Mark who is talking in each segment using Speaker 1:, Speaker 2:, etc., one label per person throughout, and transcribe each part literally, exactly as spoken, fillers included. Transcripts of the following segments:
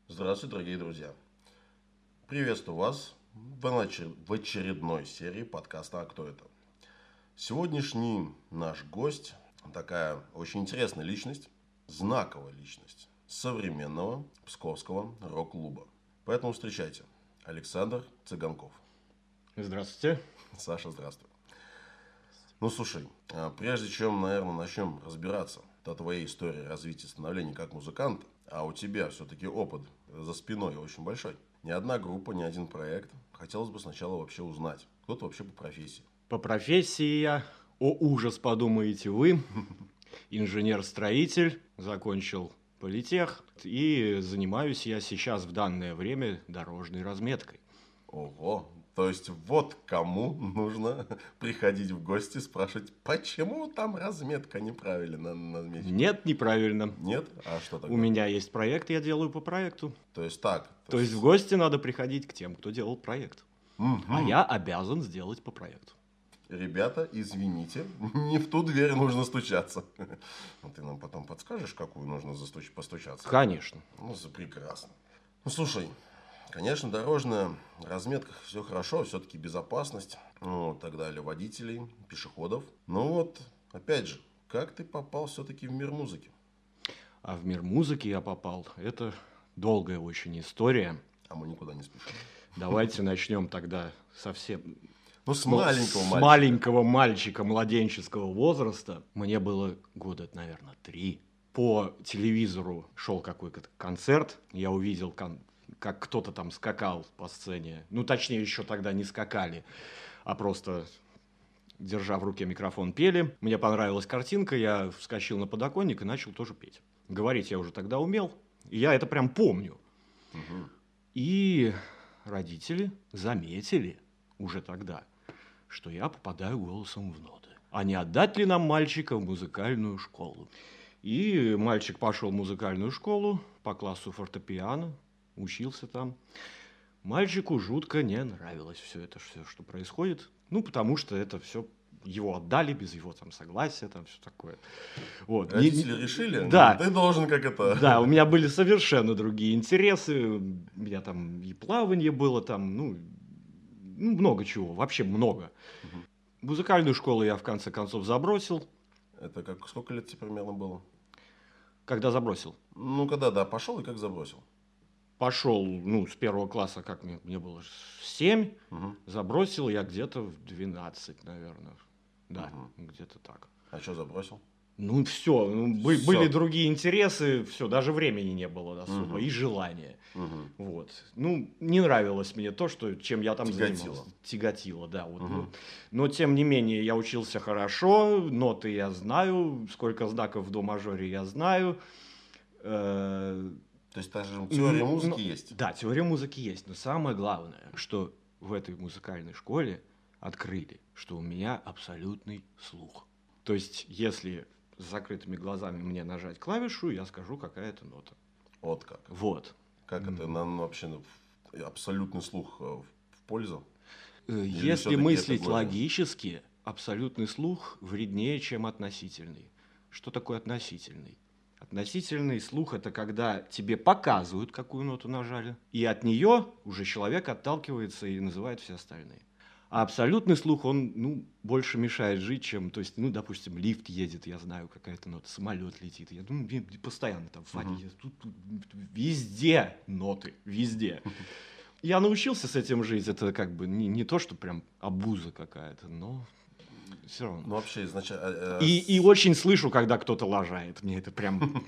Speaker 1: Здравствуйте, дорогие друзья. Приветствую вас в очер- в очередной серии подкаста «А кто это?». Сегодняшний наш гость такая очень интересная личность, знаковая личность современного псковского рок-клуба. Поэтому встречайте, Александр Цыганков.
Speaker 2: Здравствуйте.
Speaker 1: Саша, здравствуй. Ну, слушай, а прежде чем, наверное, начнем разбираться о твоей истории развития становления как музыканта, а у тебя все-таки опыт за спиной очень большой. Ни одна группа, ни один проект. Хотелось бы сначала вообще узнать, кто ты вообще по профессии.
Speaker 2: По профессии я, о ужас, подумаете вы, инженер-строитель, закончил политех, и занимаюсь я сейчас в данное время дорожной разметкой.
Speaker 1: Ого, то есть вот кому нужно приходить в гости, спрашивать, почему там разметка неправильно намечена?
Speaker 2: Нет, неправильно.
Speaker 1: Нет? А что тогда?
Speaker 2: У меня есть проект, я делаю по проекту.
Speaker 1: То есть так?
Speaker 2: То есть в гости надо приходить к тем, кто делал проект.
Speaker 1: Мгм.
Speaker 2: А я обязан сделать по проекту.
Speaker 1: Ребята, извините, не в ту дверь нужно стучаться. Ну, ты нам потом подскажешь, какую нужно застуч- постучаться?
Speaker 2: Конечно.
Speaker 1: Ну, за- прекрасно. Ну, слушай, конечно, дорожная разметка, все хорошо, все-таки безопасность, ну, и так далее, водителей, пешеходов. Но вот, опять же, как ты попал все-таки в мир музыки?
Speaker 2: А в мир музыки я попал. Это долгая очень история.
Speaker 1: А мы никуда не спешим.
Speaker 2: Давайте начнем тогда совсем...
Speaker 1: Ну, с
Speaker 2: Ну,
Speaker 1: маленького
Speaker 2: с
Speaker 1: мальчика.
Speaker 2: маленького мальчика младенческого возраста. Мне было года, наверное, три. По телевизору шел какой-то концерт. Я увидел, кон- как кто-то там скакал по сцене. Ну, точнее, еще тогда не скакали, а просто, держа в руке микрофон, пели. Мне понравилась картинка, я вскочил на подоконник и начал тоже петь. Говорить я уже тогда умел, и я это прям помню.
Speaker 1: Мгм.
Speaker 2: И родители заметили уже тогда, что я попадаю голосом в ноты. А не отдать ли нам мальчика в музыкальную школу? И мальчик пошел в музыкальную школу по классу фортепиано, учился там. Мальчику жутко не нравилось все это, все, что происходит. Ну, потому что это все его отдали без его там согласия, там все такое. Вот. Не-
Speaker 1: Родители решили?
Speaker 2: Да.
Speaker 1: Ты должен как это...
Speaker 2: Да, у меня были совершенно другие интересы. У меня там и плавание было, там, ну, ну, много чего, вообще много.
Speaker 1: Мгм.
Speaker 2: Музыкальную школу я в конце концов забросил.
Speaker 1: Это как, сколько лет тебе примерно было?
Speaker 2: Когда забросил?
Speaker 1: Ну, когда, да, пошел и как забросил?
Speaker 2: Пошел, ну, с первого класса, как мне, мне было семь,
Speaker 1: Мгм.
Speaker 2: забросил я где-то в двенадцать, наверное. Да,
Speaker 1: Мгм.
Speaker 2: где-то так.
Speaker 1: А что забросил?
Speaker 2: Ну, все, ну, бы-
Speaker 1: Всё.
Speaker 2: были другие интересы, все, даже времени не было особо,
Speaker 1: Мгм.
Speaker 2: и желания.
Speaker 1: Мгм.
Speaker 2: Вот. Ну, не нравилось мне то, что, чем я там
Speaker 1: Тяготило.
Speaker 2: занимался. Тяготило, да. Вот,
Speaker 1: Мгм.
Speaker 2: ну. Но, тем не менее, я учился хорошо, ноты я знаю, сколько знаков в до-мажоре я знаю. Э,
Speaker 1: То есть, даже теория
Speaker 2: ну,
Speaker 1: музыки
Speaker 2: ну,
Speaker 1: есть?
Speaker 2: Да, теория музыки есть. Но самое главное, что в этой музыкальной школе открыли, что у меня абсолютный слух. То есть, если с закрытыми глазами мне нажать клавишу, я скажу, какая это нота.
Speaker 1: Вот как.
Speaker 2: Вот.
Speaker 1: Как это нам вообще ну, в- абсолютный слух э, в в пользу?
Speaker 2: Э,
Speaker 1: Или
Speaker 2: Если
Speaker 1: всё-таки
Speaker 2: мыслить
Speaker 1: это горе?
Speaker 2: логически, абсолютный слух вреднее, чем относительный. Что такое относительный? Относительный слух – это когда тебе показывают, какую ноту нажали, и от нее уже человек отталкивается и называет все остальные. А абсолютный слух, он, ну, больше мешает жить, чем, то есть, ну, допустим, лифт едет, я знаю, какая-то нота, самолет летит, я думаю, блин, постоянно там в воде,
Speaker 1: Мгм.
Speaker 2: тут, тут, везде ноты, везде. Я научился с этим жить, это как бы не, не то, что прям абуза какая-то, но все равно.
Speaker 1: Ну, вообще, изначально...
Speaker 2: И, и очень слышу, когда кто-то лажает, мне это прям...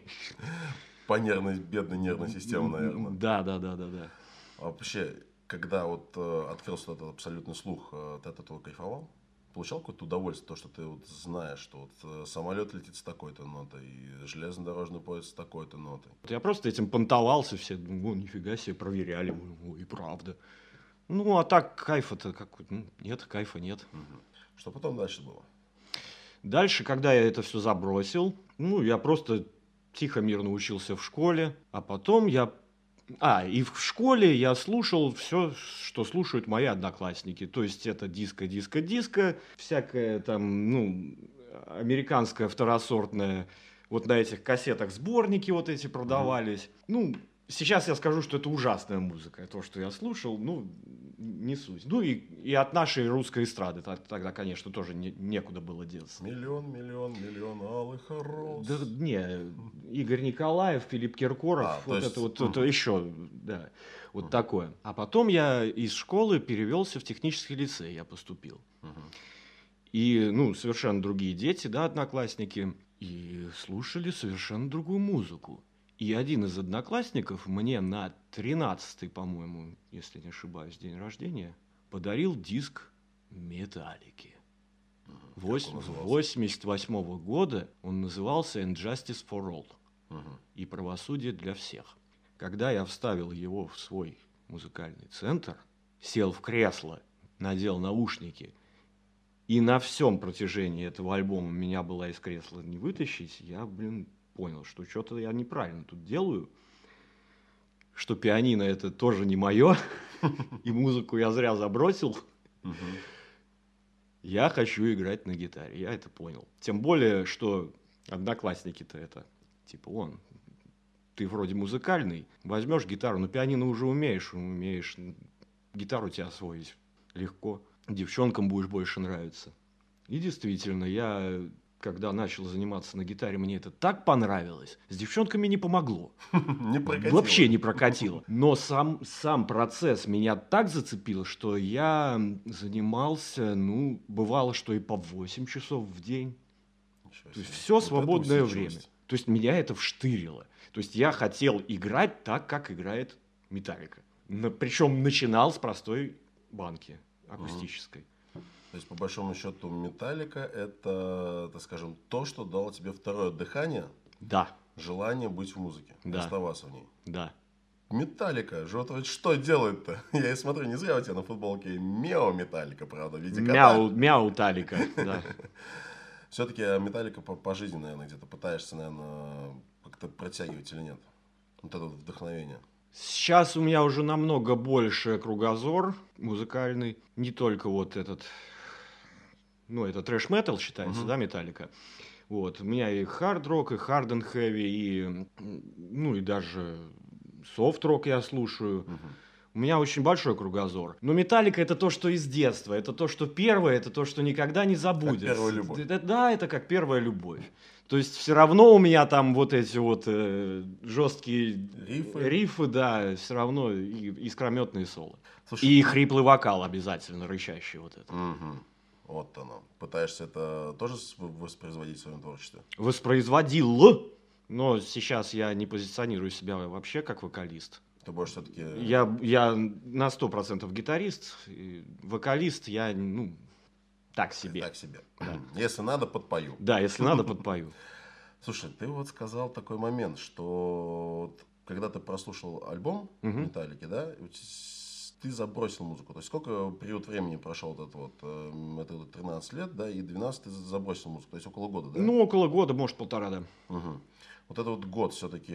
Speaker 1: По нервной, бедной нервной системе, наверное.
Speaker 2: Да, да, да, да, да.
Speaker 1: А вообще, когда вот э, открылся этот абсолютный слух, э, ты от этого кайфовал? Получал какое-то удовольствие, то, что ты вот знаешь, что вот э, самолет летит с такой-то нотой, и железнодорожный поезд с такой-то нотой.
Speaker 2: Я просто этим понтовался, все, ну, нифига себе, проверяли, ой, и правда. Ну, а так кайфа-то какой, ну, нет, кайфа нет.
Speaker 1: Мгм. Что потом дальше было?
Speaker 2: Дальше, когда я это все забросил, ну, я просто тихо, мирно учился в школе, а потом я... А, и в школе я слушал все, что слушают мои одноклассники. То есть это диско, диско, диско, всякое там, ну, американское второсортное, вот на этих кассетах сборники вот эти продавались. Ну, Сейчас я скажу, что это ужасная музыка, то, что я слушал, ну, не суть. Ну, и, и от нашей русской эстрады тогда, конечно, тоже не, некуда было деться.
Speaker 1: Миллион, миллион, миллион алых роз.
Speaker 2: Да, не, Игорь Николаев, Филипп Киркоров, а, вот есть... это вот угу. это еще, да, вот угу. такое. А потом я из школы перевелся в технический лицей, я поступил. Угу. И, ну, совершенно другие дети, да, одноклассники, и слушали совершенно другую музыку. И один из одноклассников мне на тринадцатый, по-моему, если не ошибаюсь, день рождения, подарил диск Металлики. восемьдесят восьмого года он назывался «And Justice for All» uh-huh. и «Правосудие для всех». Когда я вставил его в свой музыкальный центр, сел в кресло, надел наушники, и на всем протяжении этого альбома меня было из кресла не вытащить, я, блин, понял, что что-то я неправильно тут делаю, что пианино это тоже не мое, и музыку я зря забросил. Я хочу играть на гитаре, я это понял. Тем более, что одноклассники-то это, типа, он, ты вроде музыкальный, возьмешь гитару, но пианино уже умеешь, умеешь гитару тебя освоить легко, девчонкам будешь больше нравиться. И действительно, я... Когда начал заниматься на гитаре, мне это так понравилось. С девчонками не помогло.
Speaker 1: Не прокатило.
Speaker 2: Вообще не прокатило. Но сам, сам процесс меня так зацепил, что я занимался, ну, бывало, что и по восемь часов в день. То есть все вот свободное время. То есть меня это вштырило. То есть я хотел играть так, как играет Металлика. Причем начинал с простой банки акустической.
Speaker 1: То есть, по большому счету, Металлика – это, так скажем, то, что дало тебе второе дыхание,
Speaker 2: да.
Speaker 1: желание быть в музыке,
Speaker 2: да.
Speaker 1: оставаться в ней.
Speaker 2: Да.
Speaker 1: Металлика, вот что делает-то? Я и смотрю, не зря у тебя на футболке Мяу Металлика, правда, в виде кота.
Speaker 2: Мяу, мяу Талика, да.
Speaker 1: Все-таки Металлика по, по жизни, наверное, где-то пытаешься, наверное, как-то протягивать или нет? Вот это вот вдохновение.
Speaker 2: Сейчас у меня уже намного больше кругозор музыкальный, не только вот этот... Ну, это трэш-метал считается, uh-huh. да, Металлика. Вот. У меня и хард-рок, и хард-н-хэви, и, ну, и даже софт-рок я слушаю. Uh-huh. У меня очень большой кругозор. Но Металлика – это то, что из детства. Это то, что первое, это то, что никогда не забудется.
Speaker 1: Как первая любовь.
Speaker 2: Это, да, это как первая любовь. То есть все равно у меня там вот эти вот э, жесткие
Speaker 1: рифы.
Speaker 2: рифы, да, все равно и искрометные соло. Слушай, и хриплый вокал обязательно, рычащий вот это.
Speaker 1: Угу. Вот оно. Пытаешься это тоже воспроизводить в своем творчестве?
Speaker 2: Воспроизводил, но сейчас я не позиционирую себя вообще как вокалист.
Speaker 1: Ты будешь все-таки...
Speaker 2: Я, я на сто процентов гитарист, вокалист я, ну, так себе.
Speaker 1: Так себе. Да. Если надо, подпою.
Speaker 2: Да, если надо, подпою.
Speaker 1: Слушай, ты вот сказал такой момент, что когда ты прослушал альбом Металлики, да, ты забросил музыку. То есть сколько период времени прошел этот вот, это тринадцать лет, да, и двенадцать ты забросил музыку, то есть около года, да?
Speaker 2: Ну, около года, может, полтора, да.
Speaker 1: Угу. Вот этот вот год все-таки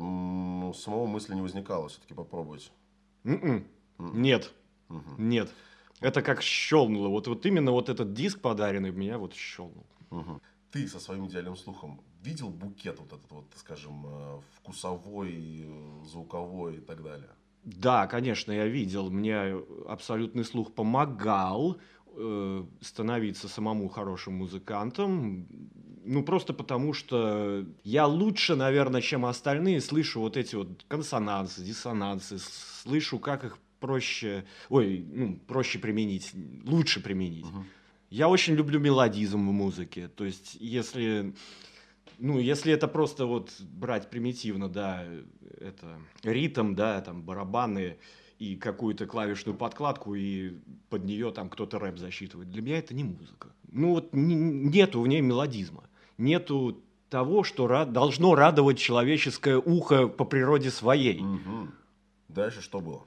Speaker 1: м- самого мысли не возникало все-таки попробовать?
Speaker 2: Mm-mm. Mm-mm. Нет, угу. Нет. Это как щелкнуло. Вот, вот именно вот этот диск подаренный меня вот щелкнул.
Speaker 1: Угу. Ты со своим идеальным слухом видел букет вот этот вот, скажем, вкусовой, звуковой и так далее?
Speaker 2: Да, конечно, я видел. Мне абсолютный слух помогал э, становиться самому хорошим музыкантом. Ну, просто потому, что я лучше, наверное, чем остальные, слышу вот эти вот консонансы, диссонансы, слышу, как их проще, ой, ну, проще применить, лучше применить. Угу. Я очень люблю мелодизм в музыке. То есть, если... Ну, если это просто вот брать примитивно, да, это ритм, да, там барабаны и какую-то клавишную подкладку, и под нее там кто-то рэп засчитывает. Для меня это не музыка. Ну, вот н- нету в ней мелодизма. Нету того, что рад- должно радовать человеческое ухо по природе своей.
Speaker 1: Угу. Дальше что было?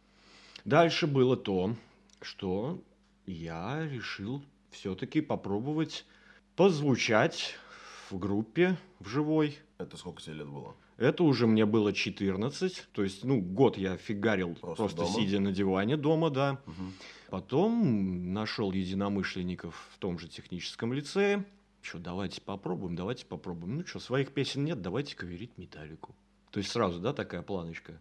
Speaker 2: Дальше было то, что я решил все-таки попробовать позвучать в группе, в живой.
Speaker 1: Это сколько тебе лет было?
Speaker 2: Это уже мне было четырнадцать. То есть, ну, год я фигарил просто, просто сидя на диване дома, да. Угу. Потом нашел единомышленников в том же техническом лицее. Что, давайте попробуем, давайте попробуем. Ну что, своих песен нет, давайте коверить Металлику. То есть сразу, да, такая планочка?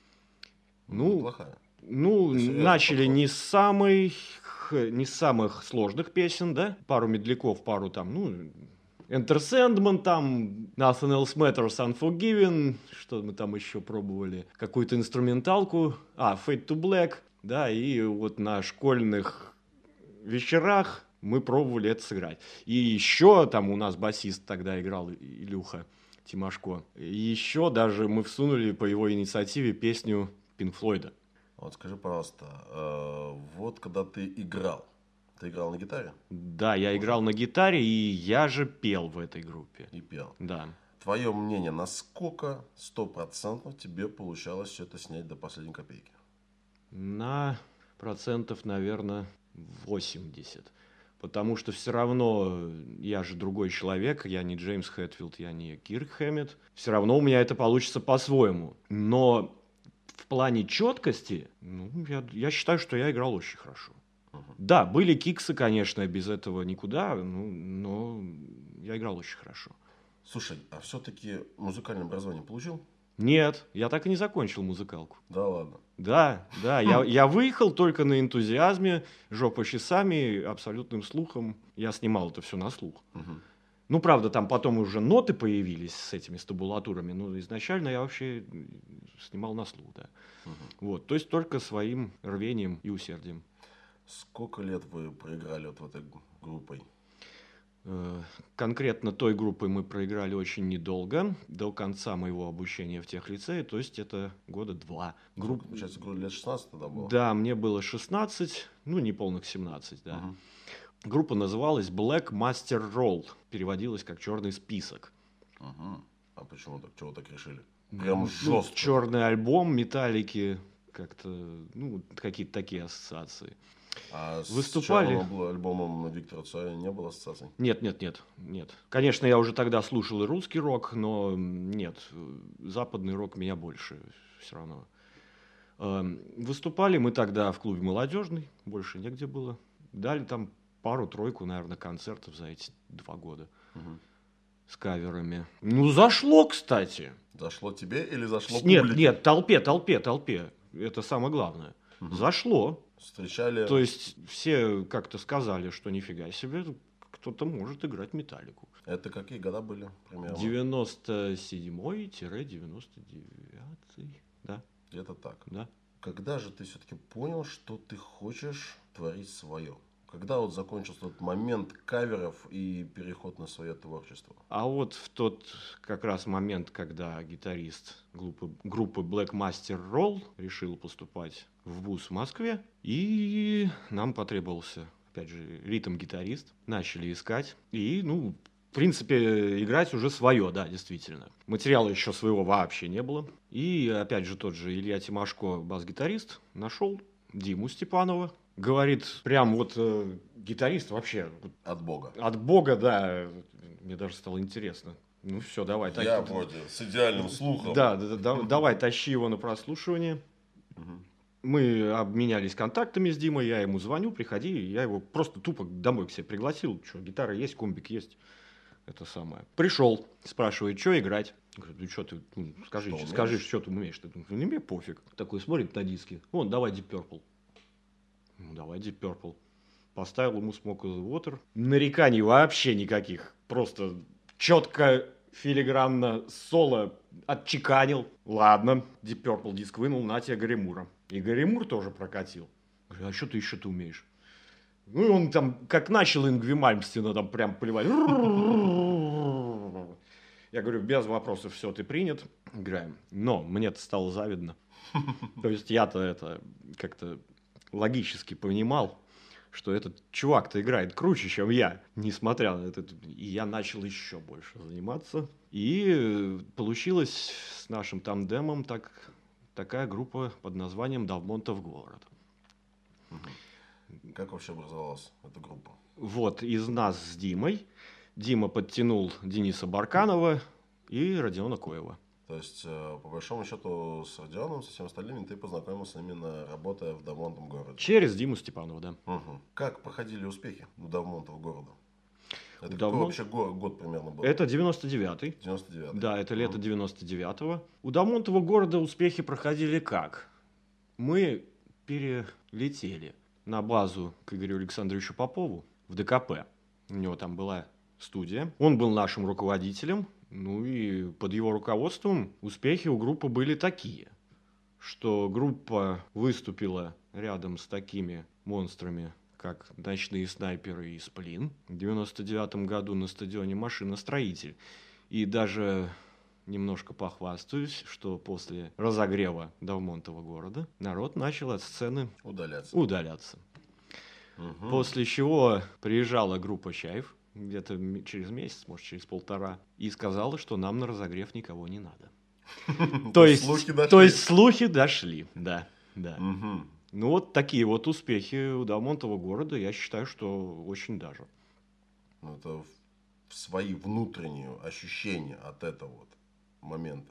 Speaker 1: Ну, неплохая.
Speaker 2: Ну, начали не с, самой, не с самых сложных песен, да? Пару медляков, пару там, ну, Enter Sandman, там, Nothing Else Matters, Unforgiven, что мы там еще пробовали, какую-то инструменталку, а, Fade to Black, да, и вот на школьных вечерах мы пробовали это сыграть. И еще там у нас басист тогда играл, Илюха Тимошко, и еще даже мы всунули по его инициативе песню Пинк Флойда.
Speaker 1: Вот скажи, пожалуйста, э, вот когда ты играл, ты играл на гитаре?
Speaker 2: Да, я Может? играл на гитаре, и я же пел в этой группе.
Speaker 1: И пел?
Speaker 2: Да.
Speaker 1: Твое мнение, насколько стопроцентно тебе получалось все это снять до последней копейки?
Speaker 2: На процентов, наверное, восемьдесят. Потому что все равно я же другой человек, я не Джеймс Хэтфилд, я не Кирк Хэммет. Все равно у меня это получится по-своему. Но в плане четкости, ну, я, я считаю, что я играл очень хорошо. Uh-huh. Да, были киксы, конечно, без этого никуда, ну, но я играл очень хорошо.
Speaker 1: Слушай, а все-таки музыкальное образование получил?
Speaker 2: Нет, я так и не закончил музыкалку.
Speaker 1: Да ладно?
Speaker 2: Да, да, я, я выехал только на энтузиазме, жопа часами, абсолютным слухом. Я снимал это все на слух.
Speaker 1: Uh-huh.
Speaker 2: Ну, правда, там потом уже ноты появились с этими, с табулатурами, но изначально я вообще снимал на слух, да.
Speaker 1: Uh-huh.
Speaker 2: Вот, то есть только своим рвением и усердием.
Speaker 1: Сколько лет вы проиграли вот в этой группой?
Speaker 2: Конкретно той группой мы проиграли очень недолго, до конца моего обучения в техлицее, то есть это года два.
Speaker 1: Групп... Получается, лет шестнадцать тогда было?
Speaker 2: Да, мне было шестнадцать, ну, не полных семнадцать, да. Uh-huh. Группа называлась Black Master Roll, переводилась как «Черный список».
Speaker 1: Uh-huh. А почему так? Чего так решили? Прям
Speaker 2: ну,
Speaker 1: жестко.
Speaker 2: Черный альбом, Металлики, как-то, ну, какие-то такие ассоциации.
Speaker 1: А
Speaker 2: Выступали...
Speaker 1: с черным альбомом Виктора Цоя не было ассоциаций?
Speaker 2: Нет, нет, нет, нет. Конечно, я уже тогда слушал и русский рок, но нет, западный рок меня больше все равно. Выступали мы тогда в клубе «Молодежный», больше негде было. Дали там пару-тройку, наверное, концертов за эти два года. Угу. С каверами. Ну, зашло, кстати.
Speaker 1: Зашло тебе или зашло
Speaker 2: нет,
Speaker 1: публике?
Speaker 2: Нет, толпе, толпе, толпе. Это самое главное. Угу. Зашло.
Speaker 1: Встречали...
Speaker 2: То есть все как-то сказали, что нифига себе, кто-то может играть Металлику.
Speaker 1: Это какие года были примерно?
Speaker 2: девяносто седьмой - девяносто девятый. Да.
Speaker 1: Где-то так.
Speaker 2: Да.
Speaker 1: Когда же ты все-таки понял, что ты хочешь творить свое? Когда вот закончился тот момент каверов и переход на свое творчество?
Speaker 2: А вот в тот как раз момент, когда гитарист группы, группы Black Master Roll решил поступать в вуз в Москве, и нам потребовался, опять же, ритм-гитарист. Начали искать, и, ну, в принципе, играть уже свое, да, действительно. Материала еще своего вообще не было. И, опять же, тот же Илья Тимошко, бас-гитарист, нашел Диму Степанова. Говорит, прям вот э, гитарист вообще...
Speaker 1: От Бога.
Speaker 2: От Бога, да. Мне даже стало интересно. Ну все, давай.
Speaker 1: Я так, вроде с идеальным слухом.
Speaker 2: Да, да, да, давай, тащи его на прослушивание. Угу. Мы обменялись контактами с Димой, я ему звоню, приходи, я его просто тупо домой к себе пригласил. Что, гитара есть, комбик есть. Это самое. Пришел, спрашивает, что играть. Говорю, ну что ты, ну, скажи, что, скажи, что ты умеешь. Ты думаешь, ну мне пофиг. Такой смотрит на диски. Вон, давай Deep Purple. Ну, давай Deep Purple. Поставил ему Smoke on the Water. Нареканий вообще никаких. Просто четко, филигранно, соло отчеканил. Ладно, Deep Purple диск вынул, на тебе Гарри Мура. И Гарри Мур тоже прокатил. Говорю, а что ты еще ты умеешь? Ну, и он там, как начал Ингви Мальмстена там прям поливать. Я говорю, без вопросов, все, ты принят. Играем. Но мне-то стало завидно. То есть я-то это как-то логически понимал, что этот чувак-то играет круче, чем я, несмотря на это. И я начал еще больше заниматься. И получилась с нашим тандемом так, такая группа под названием «Давмонтов город».
Speaker 1: Как вообще образовалась эта группа?
Speaker 2: Вот, из нас с Димой. Дима подтянул Дениса Барканова и Родиона Коева.
Speaker 1: То есть, по большому счету, с Родионом, со всеми остальными ты познакомился именно работая в Давмонтовом городе?
Speaker 2: Через Диму Степанова, да.
Speaker 1: Угу. Как проходили успехи у Давмонтового города? Это
Speaker 2: Давно.
Speaker 1: какой вообще год, год примерно был?
Speaker 2: Это девяносто девятый.
Speaker 1: девяносто девятый.
Speaker 2: Да, это лето
Speaker 1: Мгм.
Speaker 2: девяносто девятого. У Дамонтова города успехи проходили как? Мы перелетели на базу к Игорю Александровичу Попову в ДКП. У него там была студия. Он был нашим руководителем. Ну и под его руководством успехи у группы были такие, что группа выступила рядом с такими монстрами, как «Ночные снайперы» и «Сплин» в девяносто девятом году на стадионе «Машиностроитель». И даже немножко похвастаюсь, что после разогрева Давмонтова города народ начал от сцены
Speaker 1: Удаляться.
Speaker 2: удаляться.
Speaker 1: Мгм.
Speaker 2: После чего приезжала группа «Чаев» где-то м- через месяц, может, через полтора, и сказала, что нам на разогрев никого не надо. То есть,
Speaker 1: слухи дошли.
Speaker 2: то есть слухи дошли, да, да.
Speaker 1: Мгм.
Speaker 2: Ну вот такие вот успехи у Давмонтова города, я считаю, что очень даже.
Speaker 1: Ну, это в- в свои внутренние ощущения от этого вот момента.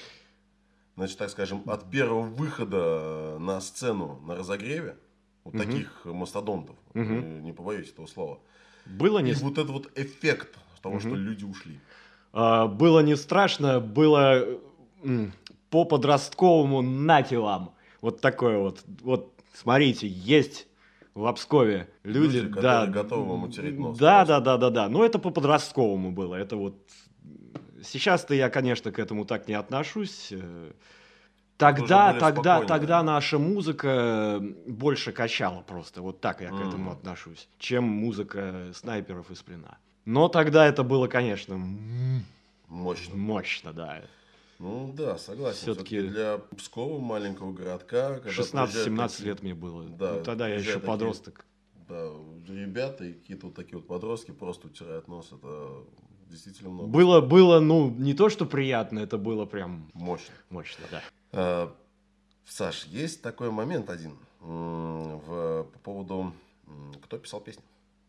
Speaker 1: Значит, так скажем, от первого выхода на сцену на разогреве, вот
Speaker 2: Мгм.
Speaker 1: таких мастодонтов,
Speaker 2: Мгм.
Speaker 1: э, не побоюсь этого слова,
Speaker 2: Было не,
Speaker 1: и вот этот вот эффект того, что
Speaker 2: Мгм.
Speaker 1: люди ушли.
Speaker 2: а, было не страшно, было м, по-подростковому нате вам. Вот такое вот. Вот, смотрите, есть в Обскове люди,
Speaker 1: Люди,
Speaker 2: да,
Speaker 1: которые готовы вам утереть нос
Speaker 2: Да,
Speaker 1: просто.
Speaker 2: да, да, да, да. Но это по-подростковому было. Это вот сейчас-то я, конечно, к этому так не отношусь. Э, Тогда,
Speaker 1: более
Speaker 2: тогда,
Speaker 1: спокойно,
Speaker 2: тогда
Speaker 1: наверное.
Speaker 2: наша музыка больше качала просто. Вот так я к этому
Speaker 1: Мгм.
Speaker 2: отношусь, чем музыка снайперов из Сплина. Но тогда это было, конечно, м,
Speaker 1: Мощно.
Speaker 2: мощно, да.
Speaker 1: Ну да, согласен.
Speaker 2: Всё-таки
Speaker 1: Все-таки для Пскова, маленького городка, когда
Speaker 2: шестнадцать-семнадцать
Speaker 1: приезжают
Speaker 2: лет мне было.
Speaker 1: Да,
Speaker 2: Ну, тогда я еще
Speaker 1: приезжают такие-
Speaker 2: подросток.
Speaker 1: Да, ребята и какие-то вот такие вот подростки просто утирают нос. Это действительно много.
Speaker 2: Было, было, ну, не то, что приятно, это было прям
Speaker 1: Мощно.
Speaker 2: мощно, да.
Speaker 1: А, Саш, есть такой момент один м, в, по поводу, м, кто писал песни?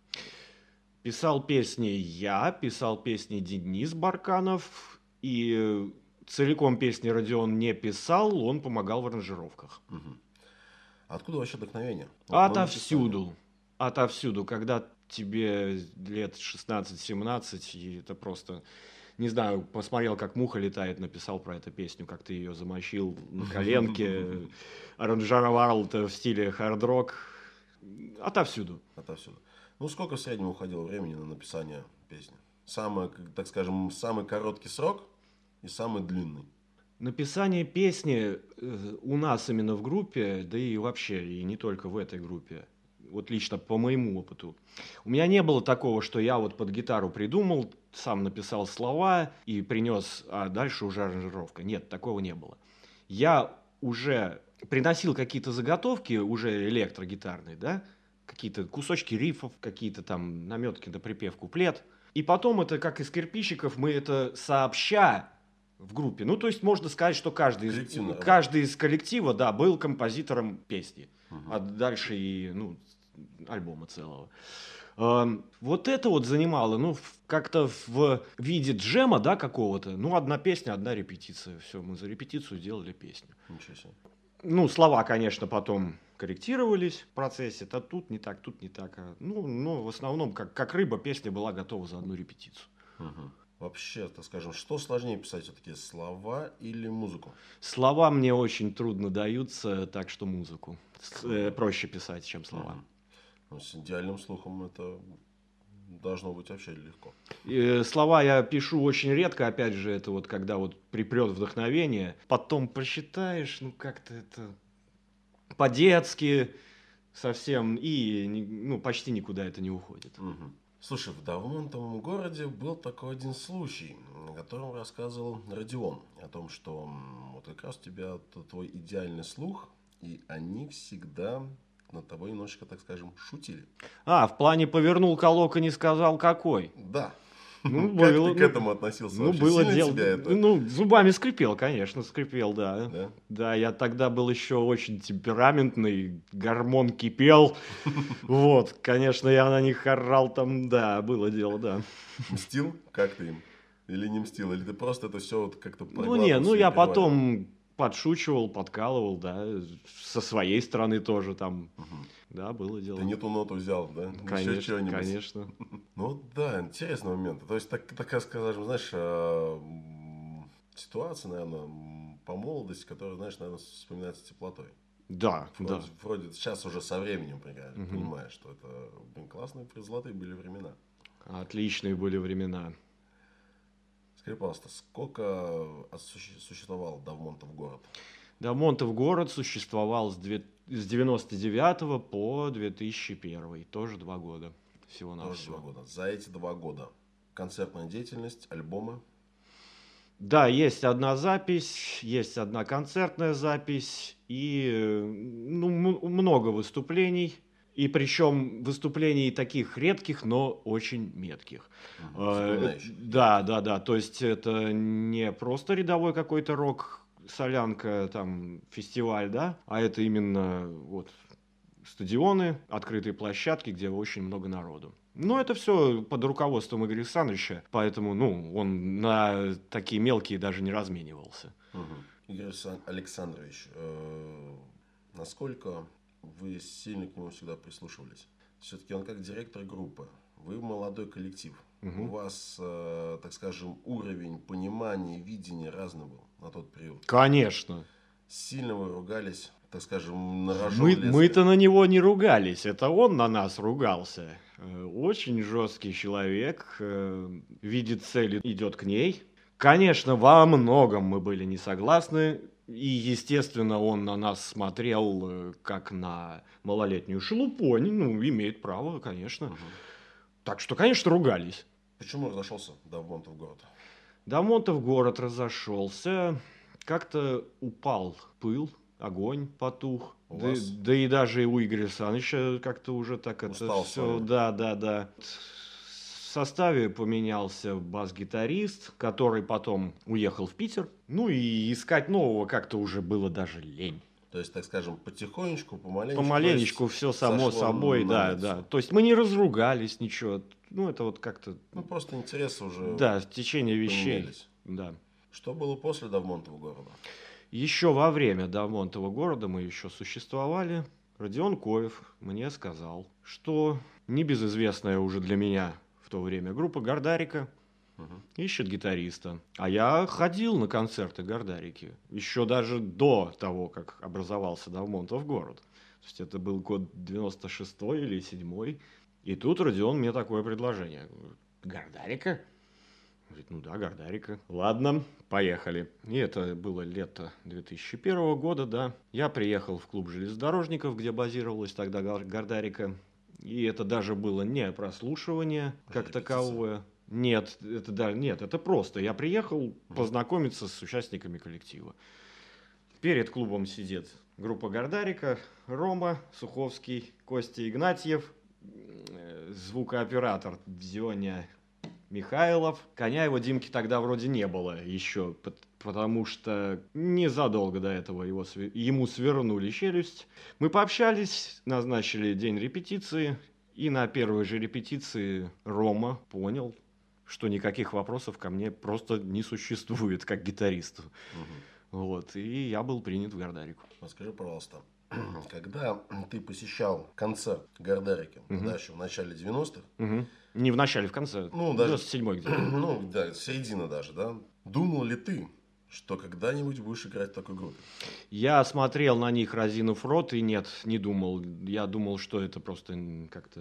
Speaker 2: Писал песни я, писал песни Денис Барканов, и целиком песни Родион не писал, он помогал в аранжировках.
Speaker 1: Мгм. Откуда вообще вдохновение? Вот на
Speaker 2: Отовсюду,
Speaker 1: написание.
Speaker 2: отовсюду, когда тебе лет шестнадцать-семнадцать, и это просто, не знаю, посмотрел, как муха летает, написал про эту песню, как ты ее замочил на коленке, аранжировал это в стиле хард-рок, отовсюду.
Speaker 1: Отовсюду. Ну, сколько в среднем уходило времени на написание песни? Самый, как- так скажем, самый короткий срок и самый длинный.
Speaker 2: Написание песни э, у нас именно в группе, да и вообще, и не только в этой группе, вот лично по моему опыту, у меня не было такого, что я вот под гитару придумал, сам написал слова и принес, а дальше уже аранжировка. Нет, такого не было. Я уже приносил какие-то заготовки, уже электрогитарные, да, какие-то кусочки рифов, какие-то там наметки на припев, куплет. И потом это, как из кирпичиков, мы это сообща в группе. Ну, то есть можно сказать, что каждый из,
Speaker 1: Коллективная работа.
Speaker 2: каждый из коллектива, да, был композитором песни.
Speaker 1: Мгм.
Speaker 2: А дальше и, ну, альбома целого. Эм, Вот это вот занимало, ну, в- как-то в виде джема, да, какого-то. Ну, одна песня, одна репетиция. Все, мы за репетицию делали песню.
Speaker 1: Ничего себе.
Speaker 2: Ну, слова, конечно, потом корректировались в процессе. То тут не так, тут не так. а, Ну, но в основном, как, как рыба, песня была готова за одну репетицию.
Speaker 1: Мгм. Вообще, так скажем, что сложнее писать все-таки, слова или музыку?
Speaker 2: Слова мне очень трудно даются, так что музыку С- э, проще писать, чем слова.
Speaker 1: Мгм. Ну, с идеальным слухом это должно быть вообще легко.
Speaker 2: Э, Слова я пишу очень редко, опять же, это вот когда вот припрет вдохновение, потом прочитаешь, ну как-то это по-детски совсем, и ни- ну, почти никуда это не уходит.
Speaker 1: Мгм. Слушай, в Давмонтовом городе был такой один случай, о котором рассказывал Родион. О том, что м, вот как раз у тебя т- твой идеальный слух, и они всегда над тобой немножечко, так скажем, шутили.
Speaker 2: А, в плане повернул колок и не сказал какой.
Speaker 1: Да.
Speaker 2: Ну,
Speaker 1: Как
Speaker 2: было,
Speaker 1: ты к
Speaker 2: ну,
Speaker 1: этому относился
Speaker 2: Ну,
Speaker 1: вообще?
Speaker 2: было
Speaker 1: Сильно
Speaker 2: дело.
Speaker 1: тебя это?
Speaker 2: Ну, зубами скрипел, конечно, скрипел, да.
Speaker 1: Да?
Speaker 2: Да, я тогда был еще очень темпераментный, гормон кипел. Вот, конечно, я на них орал там, да, было дело, да.
Speaker 1: Мстил? Как ты им? Или не мстил? Или ты просто это все вот как-то
Speaker 2: Ну,
Speaker 1: проглатывал
Speaker 2: не, ну,
Speaker 1: себе,
Speaker 2: я
Speaker 1: переваривал?
Speaker 2: потом подшучивал, подкалывал, да, со своей стороны тоже там,
Speaker 1: Мгм.
Speaker 2: да, было дело.
Speaker 1: Ты не ту ноту взял, да? Еще
Speaker 2: Конечно,
Speaker 1: что-нибудь.
Speaker 2: конечно.
Speaker 1: Ну да, интересный момент. То есть, так, такая, скажем, знаешь, э, ситуация, наверное, по молодости, которая, знаешь, наверное, вспоминается с теплотой.
Speaker 2: Да,
Speaker 1: Вроде,
Speaker 2: да.
Speaker 1: вроде сейчас уже со временем
Speaker 2: Мгм.
Speaker 1: понимаешь, что это, блин, классные, золотые были времена.
Speaker 2: Отличные были времена.
Speaker 1: Скажи, пожалуйста, сколько осуществ- существовал Давмонтов город?
Speaker 2: Давмонтов город существовал с, две- с девяносто девятого по две тысячи первый. Тоже два года
Speaker 1: Тоже
Speaker 2: всего-навсего.
Speaker 1: два года. За эти два года концертная деятельность, альбомы.
Speaker 2: Да, есть одна запись, есть одна концертная запись и э, ну, м- много выступлений. И причем выступлений таких редких, но очень метких.
Speaker 1: Мгм.
Speaker 2: Э,
Speaker 1: Запоминающих,
Speaker 2: Да,
Speaker 1: ярких.
Speaker 2: да, да. То есть это не просто рядовой какой-то рок, солянка, там, фестиваль, да, а это именно вот стадионы, открытые площадки, где очень много народу. Но это все под руководством Игоря Александровича, поэтому, ну, он на такие мелкие даже не разменивался.
Speaker 1: Мгм. Игорь Сан- Александрович, э, насколько вы сильно к нему всегда прислушивались? Все-таки он как директор группы. Вы молодой коллектив.
Speaker 2: Мгм.
Speaker 1: У вас, э, так скажем, уровень понимания, видения разный был на тот период.
Speaker 2: Конечно.
Speaker 1: Сильно вы ругались, так скажем, на рожон
Speaker 2: Мы,
Speaker 1: лезвия.
Speaker 2: мы-то на него не ругались, это он на нас ругался. Э, Очень жесткий человек, э, видит цель, идет к ней. Конечно, во многом мы были не согласны, и, естественно, он на нас смотрел э, как на малолетнюю шелупонь, ну, имеет право, конечно.
Speaker 1: Мгм.
Speaker 2: Так что, конечно, ругались.
Speaker 1: Почему разошелся Давмонтов город?
Speaker 2: Давмонтов город разошелся, как-то упал пыл, огонь потух.
Speaker 1: У
Speaker 2: Да,
Speaker 1: вас?
Speaker 2: да и даже у Игоря Александровича как-то уже так это
Speaker 1: Устал
Speaker 2: все,
Speaker 1: своего.
Speaker 2: да, да, да. В составе поменялся бас-гитарист, который потом уехал в Питер. Ну и искать нового как-то уже было даже лень.
Speaker 1: То есть, так скажем, потихонечку, помаленечку.
Speaker 2: Помаленечку
Speaker 1: то есть,
Speaker 2: все само
Speaker 1: сошло
Speaker 2: собой,
Speaker 1: на
Speaker 2: да,
Speaker 1: нет
Speaker 2: да.
Speaker 1: всё.
Speaker 2: То есть мы не разругались, ничего. Ну это вот как-то,
Speaker 1: Ну, просто интересы уже
Speaker 2: да, течение вещей.
Speaker 1: поменялись.
Speaker 2: Да.
Speaker 1: Что было после Давмонтова города?
Speaker 2: Еще во время Давмонтова города мы еще существовали. Родион Коев мне сказал, что небезызвестная уже для меня в то время группа Гордарика
Speaker 1: Мгм.
Speaker 2: ищет гитариста. А я ходил на концерты Гордарики. Еще даже до того, как образовался Давмонтов город. То есть это был год девяносто шестой или седьмой. И тут Родион мне такое предложение. Гордарика? Говорит, ну да, Гордарика. Ладно, поехали. И это было лето две тысячи первого года, да. Я приехал в клуб железнодорожников, где базировалась тогда Гар- Гордарика. И это даже было не прослушивание как
Speaker 1: Репетиция.
Speaker 2: таковое. Нет, это да, нет, это просто. Я приехал познакомиться с участниками коллектива. Перед клубом сидит группа Гордарика, Рома Суховский, Костя Игнатьев, э, звукооператор Дзёня Михайлов. Коня его Димки тогда вроде не было еще, пот- потому что незадолго до этого его, све- ему свернули челюсть. Мы пообщались, назначили день репетиции, и на первой же репетиции Рома понял, что никаких вопросов ко мне просто не существует как гитаристу.
Speaker 1: Мгм.
Speaker 2: Вот, и я был принят в Гордарику.
Speaker 1: А скажи, пожалуйста, когда ты посещал концерт Гордарики,
Speaker 2: Мгм.
Speaker 1: тогда еще в начале девяностых,
Speaker 2: Мгм. Не в начале, в конце.
Speaker 1: ну, даже,
Speaker 2: девяносто седьмой где-то.
Speaker 1: ну, да, середина даже, да, думал ли ты, что когда-нибудь будешь играть в такой группе?
Speaker 2: Я смотрел на них, разинув рот, и нет, не думал. Я думал, что это просто м, как-то...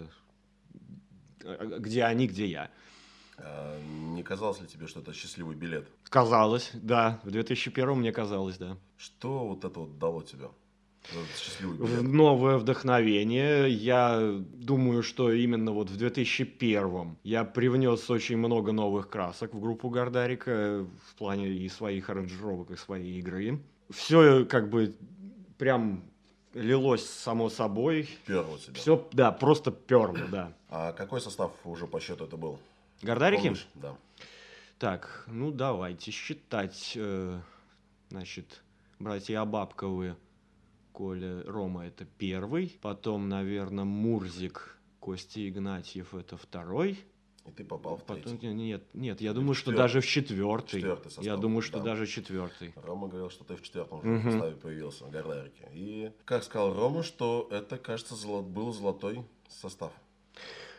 Speaker 2: э, Где они, где я.
Speaker 1: А не казалось ли тебе, что это счастливый билет?
Speaker 2: Казалось, да. В две тысячи первом мне казалось, да.
Speaker 1: Что вот это вот дало тебе? Этот счастливый
Speaker 2: В
Speaker 1: билет?
Speaker 2: новое вдохновение. Я думаю, что именно вот в две тысячи первом я привнес очень много новых красок в группу Гордарика в плане и своих аранжировок, и своей игры. Все как бы прям лилось само собой.
Speaker 1: Первого тебя.
Speaker 2: Все, да, просто перло, да.
Speaker 1: А какой состав уже по счету это был?
Speaker 2: Гордарики?
Speaker 1: Помнишь? Да.
Speaker 2: Так, ну давайте считать. э, Значит, братья Абабковы, Коля, Рома это первый. Потом, наверное, Мурзик, Костя Игнатьев это второй.
Speaker 1: И ты попал в
Speaker 2: Потом,
Speaker 1: третий.
Speaker 2: нет, нет, я
Speaker 1: Или
Speaker 2: думаю,
Speaker 1: в
Speaker 2: что
Speaker 1: четвертый.
Speaker 2: даже в четвертый.
Speaker 1: Четвертый состав,
Speaker 2: Я думаю, что
Speaker 1: да.
Speaker 2: даже четвертый.
Speaker 1: Рома говорил, что ты в четвертом уже
Speaker 2: Мгм.
Speaker 1: составе появился в Гордарике. И как сказал Рома, что это, кажется, золо- был золотой состав.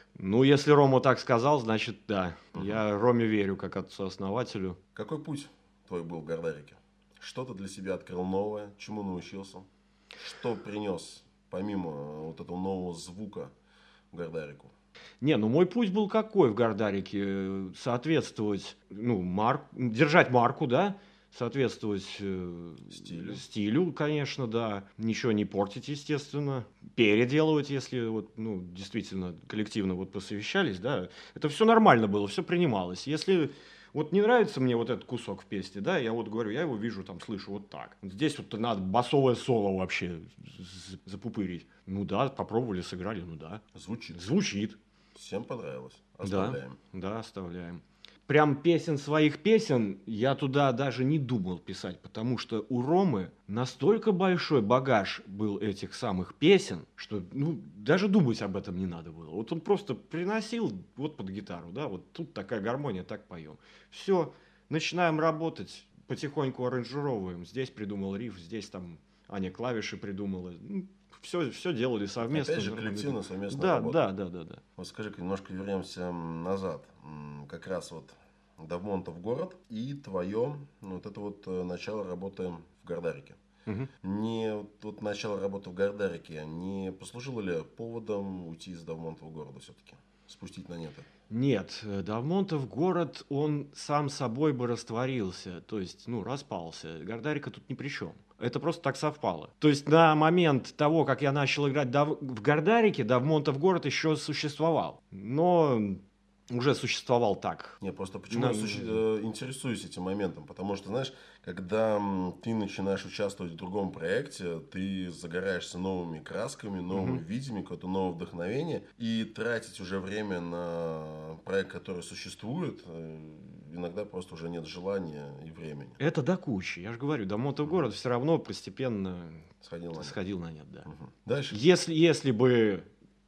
Speaker 2: Ну, если Рома так сказал, значит, да.
Speaker 1: Угу.
Speaker 2: Я Роме верю, как отцу-основателю.
Speaker 1: Какой путь твой был в Гардарике? Что ты для себя открыл новое? Чему научился? Что принес, помимо вот этого нового звука, в Гардарику?
Speaker 2: Не, ну мой путь был какой в Гардарике? Соответствовать, ну, марк, держать марку, да, соответствовать э,
Speaker 1: Стилю.
Speaker 2: стилю, конечно, да, ничего не портить, естественно, переделывать, если вот, ну, действительно коллективно вот посовещались, да, это все нормально было, все принималось. Если вот не нравится мне вот этот кусок в песне, да, я вот говорю, я его вижу, там, слышу вот так. Вот здесь вот надо басовое соло вообще запупырить. Ну да, попробовали, сыграли, ну да.
Speaker 1: Звучит.
Speaker 2: Звучит.
Speaker 1: Всем понравилось. Оставляем.
Speaker 2: Да, да, оставляем. Прям песен своих песен я туда даже не думал писать, потому что у Ромы настолько большой багаж был этих самых песен, что ну, даже думать об этом не надо было. Вот он просто приносил вот под гитару, да, вот тут такая гармония, так поем. Все, начинаем работать, потихоньку аранжировываем. Здесь придумал риф, здесь там Аня клавиши придумала. Ну, все, все делали совместно.
Speaker 1: Опять же, коллективно, совместно
Speaker 2: да,
Speaker 1: работа.
Speaker 2: Да, да, да, да.
Speaker 1: Вот скажи-ка, немножко вернемся назад. Как раз вот Давмонтов город и твое, ну, вот это вот начало работы в Гардарике.
Speaker 2: Угу.
Speaker 1: Не вот, вот начало работы в Гардарике не послужило ли поводом уйти из Давмонтова города все-таки? Спустить на нет?
Speaker 2: Нет, Давмонтов город, он сам собой бы растворился, то есть, ну, распался. Гардарика тут ни при чем. Это просто так совпало. То есть на момент того, как я начал играть в Гардарике, Давмонтов город еще существовал. Но уже существовал так.
Speaker 1: Не, просто почему я суще... интересуюсь этим моментом? Потому что, знаешь, когда ты начинаешь участвовать в другом проекте, ты загораешься новыми красками, новыми угу. видами, какое-то новое вдохновение. И тратить уже время на проект, который существует, иногда просто уже нет желания и времени.
Speaker 2: Это до кучи. Я же говорю, Давмонтов угу. город все равно постепенно
Speaker 1: сходил на нет.
Speaker 2: Сходил на нет, да.
Speaker 1: Угу. Дальше?
Speaker 2: Если, если бы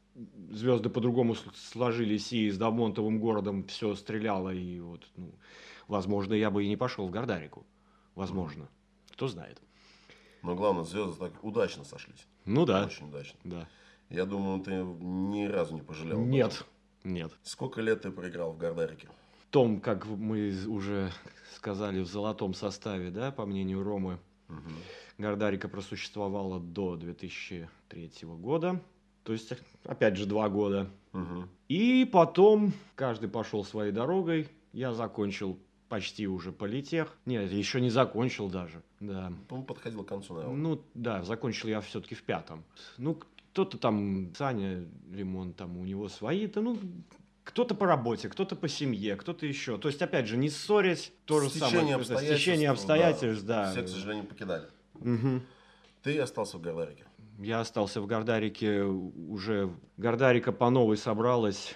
Speaker 2: звезды по-другому сложились, и с Давмонтовым городом все стреляло, и вот, ну, возможно, я бы и не пошел в Гардарику. Возможно. Mm-hmm. Кто знает.
Speaker 1: Но главное, звезды так удачно сошлись.
Speaker 2: Ну да.
Speaker 1: Очень удачно.
Speaker 2: Да.
Speaker 1: Я думаю, ты ни разу не пожалел.
Speaker 2: Нет. Нет.
Speaker 1: Сколько лет ты проиграл в Гардарике?
Speaker 2: В том, как мы уже сказали, в золотом составе, да, по мнению Ромы, угу. Гардарика просуществовала до две тысячи третьего года. То есть, опять же, два года.
Speaker 1: Угу.
Speaker 2: И потом каждый пошел своей дорогой. Я закончил почти уже политех. Нет, еще не закончил даже. Да.
Speaker 1: Он подходил к концу, наверное.
Speaker 2: Ну, да, закончил я все-таки в пятом. Ну, кто-то там, Саня Лимон, там у него свои-то, ну, кто-то по работе, кто-то по семье, кто-то еще. То есть, опять же, не ссорясь, то же самое.
Speaker 1: Обстоятельств,
Speaker 2: Стечение обстоятельств, да.
Speaker 1: да. Все, к сожалению, покидали.
Speaker 2: Угу.
Speaker 1: Ты остался в Гардарике?
Speaker 2: Я остался в Гардарике уже... Гардарика по новой собралась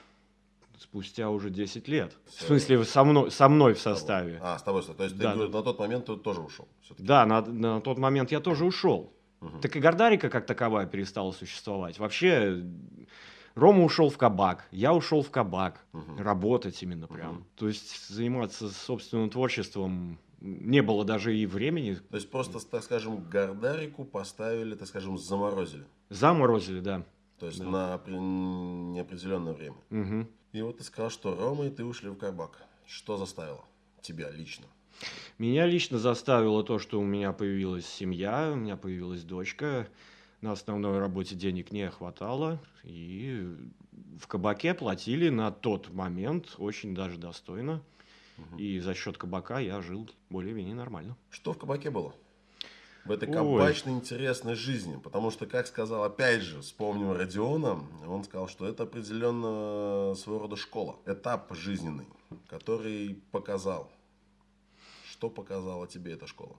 Speaker 2: спустя уже десять лет. Все. В смысле, со мной, со мной в составе.
Speaker 1: А, с тобой. То есть,
Speaker 2: да,
Speaker 1: ты,
Speaker 2: да.
Speaker 1: на тот момент ты тоже ушел?
Speaker 2: Все-таки. Да, на, на тот момент я тоже ушел. Угу. Так и Гардарика как таковая перестала существовать. Вообще, Рома ушел в кабак, я ушел в кабак. Угу. Работать именно прям. Угу. То есть, заниматься собственным творчеством... Не было даже и времени.
Speaker 1: То есть, просто, так скажем, Гардарику поставили, так скажем, заморозили.
Speaker 2: Заморозили, да.
Speaker 1: То есть,
Speaker 2: да.
Speaker 1: на неопределенное время.
Speaker 2: Угу.
Speaker 1: И вот ты сказал, что Рома и ты ушли в кабак. Что заставило тебя лично?
Speaker 2: Меня лично заставило то, что у меня появилась семья, у меня появилась дочка. На основной работе денег не хватало. И в кабаке платили на тот момент очень даже достойно. Угу. И за счет кабака я жил более-менее нормально.
Speaker 1: Что в кабаке было? В этой кабачной Ой. интересной жизни. Потому что, как сказал, опять же, вспомним Родиона, он сказал, что это определенно своего рода школа. Этап жизненный, который показал. Что показала тебе эта школа?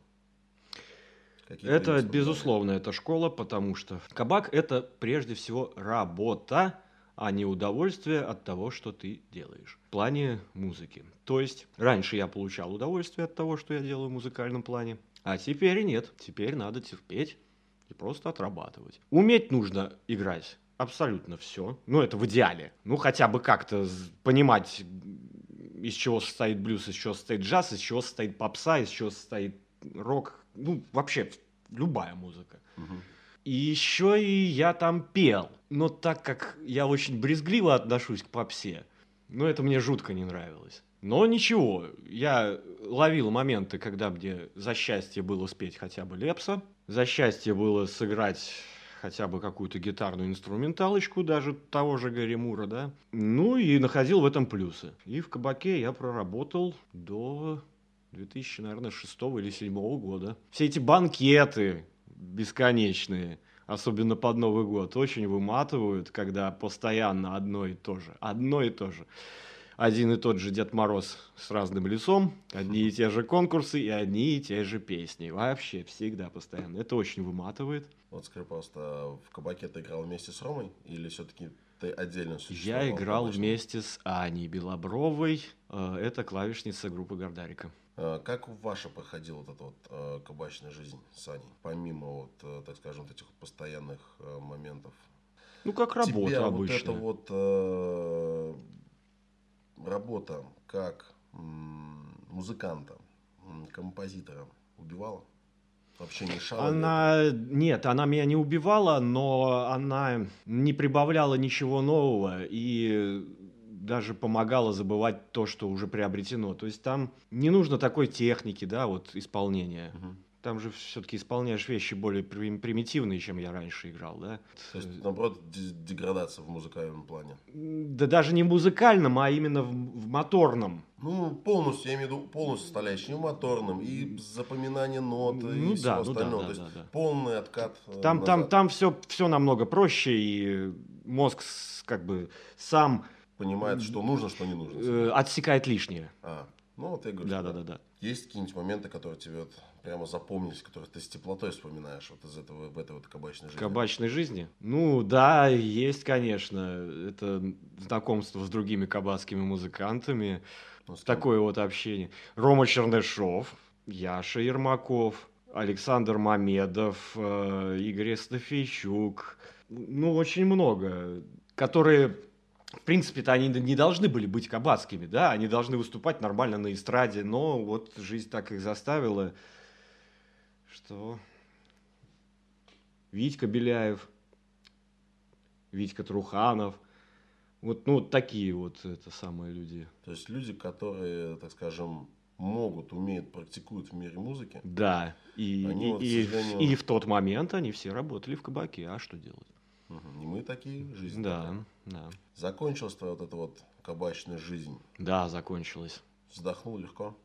Speaker 2: Какие это, безусловно, эта школа, потому что кабак – это прежде всего работа, а не удовольствие от того, что ты делаешь. В плане музыки. То есть, раньше я получал удовольствие от того, что я делаю в музыкальном плане, а теперь нет. Теперь надо терпеть и просто отрабатывать. Уметь нужно играть абсолютно все. Ну, это в идеале. Ну, хотя бы как-то понимать, из чего состоит блюз, из чего состоит джаз, из чего состоит попса, из чего состоит рок. Ну, вообще, любая музыка.
Speaker 1: Угу.
Speaker 2: И еще и я там пел. Но так как я очень брезгливо отношусь к попсе, ну, это мне жутко не нравилось. Но ничего, я ловил моменты, когда мне за счастье было спеть хотя бы Лепса, за счастье было сыграть хотя бы какую-то гитарную инструменталочку, даже того же Гарри Мура, да. Ну, и находил в этом плюсы. И в кабаке я проработал до две тысячи шестого или две тысячи седьмого года. Все эти банкеты бесконечные, особенно под Новый год, очень выматывают, когда постоянно одно и то же. Одно и то же. Один и тот же Дед Мороз с разным лицом, одни и те же конкурсы и одни и те же песни. Вообще, всегда, постоянно. Это очень выматывает.
Speaker 1: Вот скажи просто, в кабаке ты играл вместе с Ромой или все-таки ты отдельно существовал?
Speaker 2: Я играл вместе с Аней Белобровой. Это клавишница группы Гардарика.
Speaker 1: Как ваша проходила вот эта вот кабачная жизнь с Аней, помимо вот, так скажем, вот этих вот постоянных моментов?
Speaker 2: Ну, как работа
Speaker 1: Тебя
Speaker 2: обычно.
Speaker 1: вот эта вот работа как музыканта, композитора убивала? Вообще мешала?
Speaker 2: Она... Нет, она меня не убивала, но она не прибавляла ничего нового и даже помогала забывать то, что уже приобретено. То есть там не нужно такой техники, да, вот исполнения. Угу. Там же все-таки исполняешь вещи более примитивные, чем я раньше играл, да.
Speaker 1: То есть, наоборот, деградация в музыкальном плане?
Speaker 2: Да даже не музыкальном, а именно в, в моторном.
Speaker 1: Ну, полностью, я имею в виду, полностью составляющий, и в моторном, и запоминание нот,
Speaker 2: ну,
Speaker 1: и
Speaker 2: да,
Speaker 1: всего
Speaker 2: ну,
Speaker 1: остального.
Speaker 2: да, да,
Speaker 1: То есть,
Speaker 2: да, да.
Speaker 1: полный откат
Speaker 2: Там,
Speaker 1: назад.
Speaker 2: там, там все, все намного проще, и мозг как бы сам...
Speaker 1: Понимает, что нужно, что не нужно.
Speaker 2: Отсекает лишнее.
Speaker 1: А, ну вот я говорю,
Speaker 2: да,
Speaker 1: да.
Speaker 2: да, да, да.
Speaker 1: Есть какие-нибудь моменты, которые тебе вот прямо запомнились, которые ты с теплотой вспоминаешь вот из этого, в этой вот кабачной жизни?
Speaker 2: Кабачной жизни? Ну, да, есть, конечно. Это знакомство с другими кабацкими музыкантами. Ну, такое вот общение. Рома Чернышов, Яша Ермаков, Александр Мамедов, э, Игорь Эстафейчук. Ну, очень много. Которые... В принципе-то они не должны были быть кабацкими, да, они должны выступать нормально на эстраде, но вот жизнь так их заставила, что Витька Беляев, Витька Труханов, вот, ну, вот такие вот это самые люди.
Speaker 1: То есть люди, которые, так скажем, могут, умеют, практикуют в мире музыки.
Speaker 2: Да, и, и, вот, и, сожалению... и в тот момент они все работали в кабаке, а что делать?
Speaker 1: Угу. И мы такие, жизнь
Speaker 2: да,
Speaker 1: такая.
Speaker 2: Да.
Speaker 1: Закончилась твоя вот эта вот кабачная жизнь?
Speaker 2: Да, закончилась.
Speaker 1: Вздохнул легко?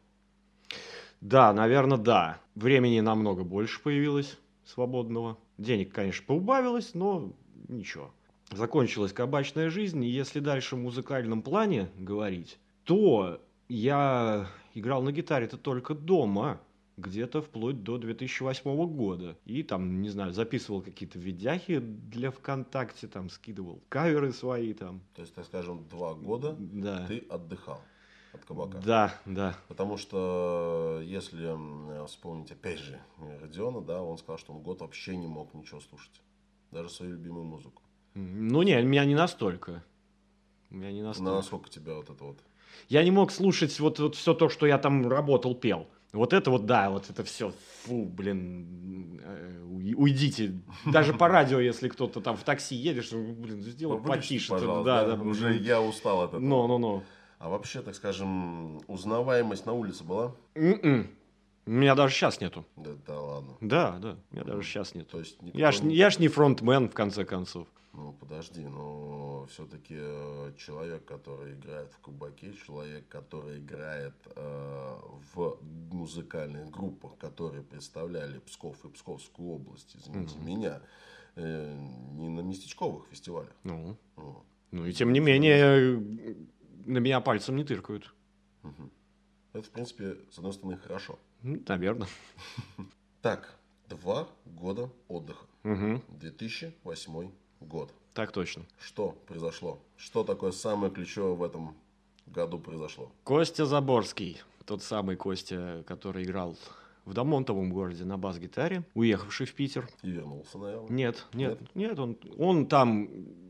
Speaker 2: Да, наверное, да. Времени намного больше появилось свободного. Денег, конечно, поубавилось, но ничего. Закончилась кабачная жизнь, и если дальше в музыкальном плане говорить, то я играл на гитаре-то только дома. Где-то вплоть до две тысячи восьмого года. И там, не знаю, записывал какие-то видяхи для ВКонтакте, там скидывал каверы свои там.
Speaker 1: То есть, так скажем, два года
Speaker 2: да.
Speaker 1: ты отдыхал от кабака?
Speaker 2: Да, да.
Speaker 1: Потому что, если вспомнить опять же Родиона, да, он сказал, что он год вообще не мог ничего слушать. Даже свою любимую музыку.
Speaker 2: Ну, не, у меня не настолько. У меня не настолько.
Speaker 1: На насколько тебя вот это вот?
Speaker 2: Я не мог слушать вот, вот все то, что я там работал, пел. Вот это вот, да, вот это все, фу, блин, уйдите. Даже по радио, если кто-то там в такси едешь, блин, сделай
Speaker 1: ну,
Speaker 2: потише.
Speaker 1: Пожалуйста, да, да, уже я устал от этого.
Speaker 2: Ну, ну, ну.
Speaker 1: А вообще, так скажем, узнаваемость на улице была?
Speaker 2: Mm-mm. У меня даже сейчас нету.
Speaker 1: Да, да ладно.
Speaker 2: Да, да, у меня даже сейчас нету.
Speaker 1: То есть никто...
Speaker 2: я, ж, я ж не фронтмен, в конце концов.
Speaker 1: Ну, подожди, но все-таки человек, который играет в кабаке, человек, который играет э, в музыкальных группах, которые представляли Псков и Псковскую область, извините mm-hmm. меня, э, не на местечковых фестивалях.
Speaker 2: Ну, вот. Ну и тем не менее, на меня пальцем не тыркают.
Speaker 1: Угу. Это, в принципе, с одной стороны, хорошо.
Speaker 2: Наверное.
Speaker 1: Так, два года отдыха.
Speaker 2: Угу.
Speaker 1: две тысячи восьмой год.
Speaker 2: Так точно.
Speaker 1: Что произошло? Что такое самое ключевое в этом году произошло?
Speaker 2: Костя Заборский, тот самый Костя, который играл в Домонтовом городе на бас-гитаре, уехавший в Питер.
Speaker 1: И вернулся, наверное?
Speaker 2: Нет, нет, нет, нет он, он там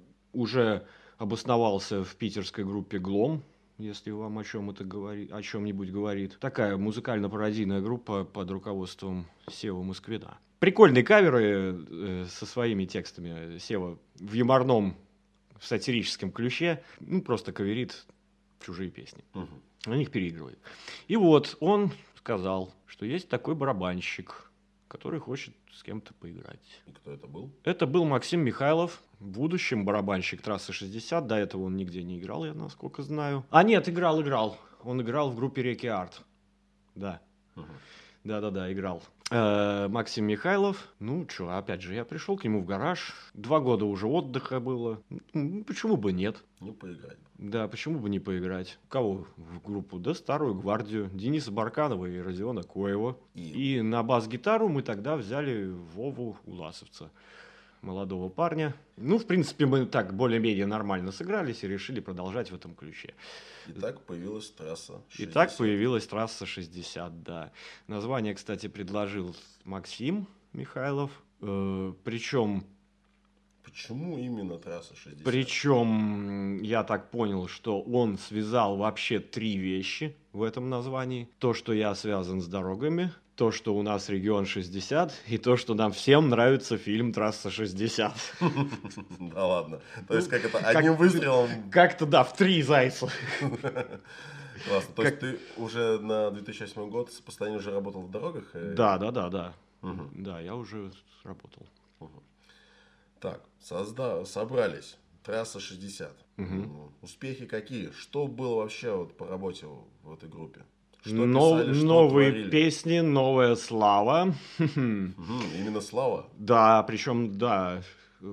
Speaker 2: уже обосновался в питерской группе «Глом», если вам о чем это говорит, о чем-нибудь говорит. Такая музыкально-пародийная группа под руководством Севы Москвина. Прикольные каверы э, со своими текстами. Сева в юморном, в сатирическом ключе, ну, просто каверит чужие песни.
Speaker 1: Угу.
Speaker 2: На них переигрывает. И вот он сказал, что есть такой барабанщик, который хочет с кем-то поиграть.
Speaker 1: И кто это был?
Speaker 2: Это был Максим Михайлов, в будущем барабанщик трассы шестьдесят. До этого он нигде не играл, я насколько знаю. А нет, играл, играл. Он играл в группе Реки Арт. Да.
Speaker 1: Угу.
Speaker 2: Да-да-да, играл. Э-э, Максим Михайлов. Ну, что, опять же, я пришел к нему в гараж. Два года уже отдыха было. Ну, почему бы нет?
Speaker 1: Не поиграть.
Speaker 2: Да, почему бы не поиграть? Кого в группу? Да, Старую Гвардию. Дениса Барканова и Родиона Коева.
Speaker 1: И,
Speaker 2: И на бас-гитару мы тогда взяли Вову Уласовца, молодого парня. Ну, в принципе, мы так более-менее нормально сыгрались и решили продолжать в этом ключе.
Speaker 1: и так появилась трасса шестьдесят.
Speaker 2: И так появилась трасса шестьдесят, да. Название, кстати, предложил Максим Михайлов. Э, причем...
Speaker 1: Почему именно трасса шестьдесят?
Speaker 2: Причем я так понял, что он связал вообще три вещи в этом названии. То, что я связан с дорогами, то, что у нас регион шестьдесят, и то, что нам всем нравится фильм «Трасса шестьдесят».
Speaker 1: Да ладно. То есть как это, одним выстрелом...
Speaker 2: Как-то, да, в три зайца.
Speaker 1: Классно. То есть ты уже на две тысячи восьмой год постоянно уже работал в дорогах?
Speaker 2: Да, да, да, да. Да, я уже работал.
Speaker 1: Так, созда... собрались. Трасса шестьдесят. Угу. Успехи какие? Что было вообще вот по работе в этой группе? Что
Speaker 2: Но,
Speaker 1: писали, что
Speaker 2: новые
Speaker 1: творили?
Speaker 2: Песни, новая слава.
Speaker 1: Угу, именно слава?
Speaker 2: Да, причем, да,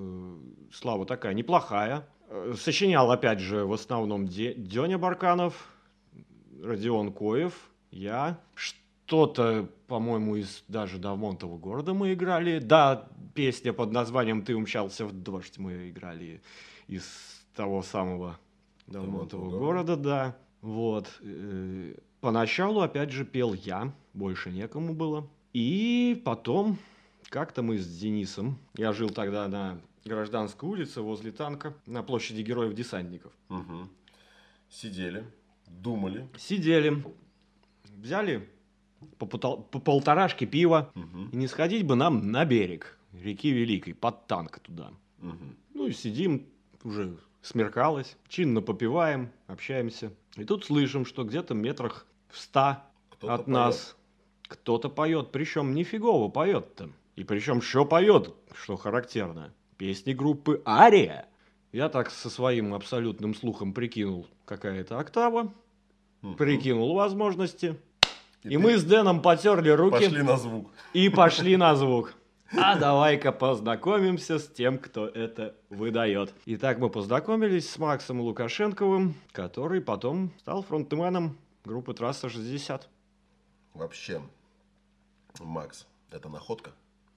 Speaker 2: слава такая неплохая. Сочинял, опять же, в основном Де... Деня Барканов, Родион Коев, я. Что-то, по-моему, из даже Давмонтова города мы играли. Да, песня под названием «Ты умчался в дождь» мы играли из того самого Давмонтова города, да. Вот. Поначалу, опять же, пел я, больше некому было. И потом как-то мы с Денисом, я жил тогда на Гражданской улице возле танка, на площади Героев-Десантников.
Speaker 1: Угу. Сидели, думали.
Speaker 2: Сидели, взяли... По, по полторашке пива, угу. И не сходить бы нам на берег реки Великой, под танк туда. Угу. Ну и сидим, уже смеркалось, чинно попиваем, общаемся. И тут слышим, что где-то метрах в ста кто-то от нас поет. Кто-то поет, причем нифигово поет-то. И причем что поет, что характерно, песни группы «Ария». Я так со своим абсолютным слухом прикинул, какая это октава, угу. Прикинул возможности. И, и мы с Дэном потерли руки.
Speaker 1: Пошли на звук.
Speaker 2: И пошли на звук. А давай-ка познакомимся с тем, кто это выдает. Итак, мы познакомились с Максом Лукашенковым, который потом стал фронтменом группы «Трасса шестьдесят».
Speaker 1: Вообще, Макс, это находка?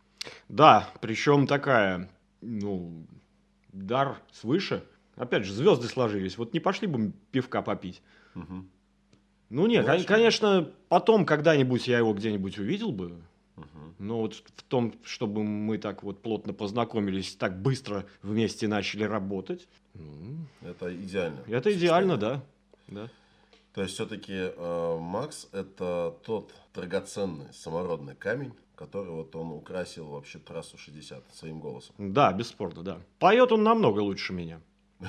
Speaker 2: Да, причем такая, ну, дар свыше. Опять же, звезды сложились. Вот не пошли бы пивка попить. Угу. Ну нет, ну, конечно, потом когда-нибудь я его где-нибудь увидел бы, угу. Но вот в том, чтобы мы так вот плотно познакомились, так быстро вместе начали работать.
Speaker 1: Это идеально.
Speaker 2: Это идеально, да. да.
Speaker 1: То есть все-таки э, Макс это тот драгоценный самородный камень, который вот он украсил вообще трассу шестьдесят своим голосом.
Speaker 2: Да, бесспорно, да. Поет он намного лучше меня.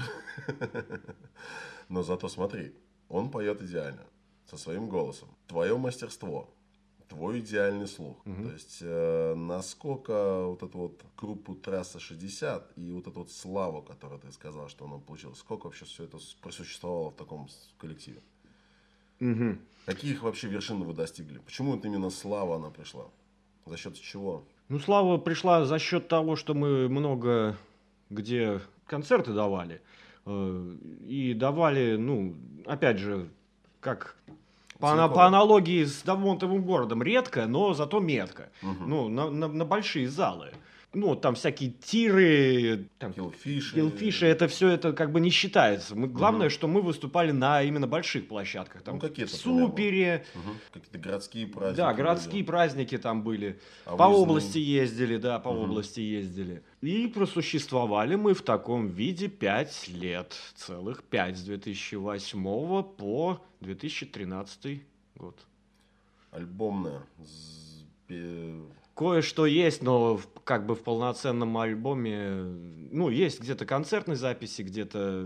Speaker 1: Но зато смотри, он поет идеально. Со своим голосом. Твое мастерство, твой идеальный слух. Угу. То есть, э, насколько вот эту вот группу «Трасса шестьдесят» и вот эту вот славу, которую ты сказал, что она получилась, сколько вообще все это просуществовало в таком коллективе? Угу. Каких вообще вершин вы достигли? Почему вот именно слава она пришла? За счет чего?
Speaker 2: Ну, слава пришла за счет того, что мы много где концерты давали. Э, и давали, ну, опять же, как... По, по аналогии с Давмонтовым городом редко, но зато метко. Угу. Ну, на, на, на большие залы. Ну, там всякие тиры, там,
Speaker 1: Киллфиши.
Speaker 2: Киллфиши, это все это как бы не считается. Мы, главное, угу. что мы выступали на именно больших площадках. Там,
Speaker 1: ну, какие-то,
Speaker 2: в Супере.
Speaker 1: Угу. Какие-то городские праздники.
Speaker 2: Да, городские были. праздники там были. А по выездные... области ездили, да, по угу. области ездили. И просуществовали мы в таком виде пять лет. Целых пять, с две тысячи восьмого по две тысячи тринадцатый год.
Speaker 1: Альбомная.
Speaker 2: Кое-что есть, но в- как бы в полноценном альбоме, ну, есть где-то концертные записи, где-то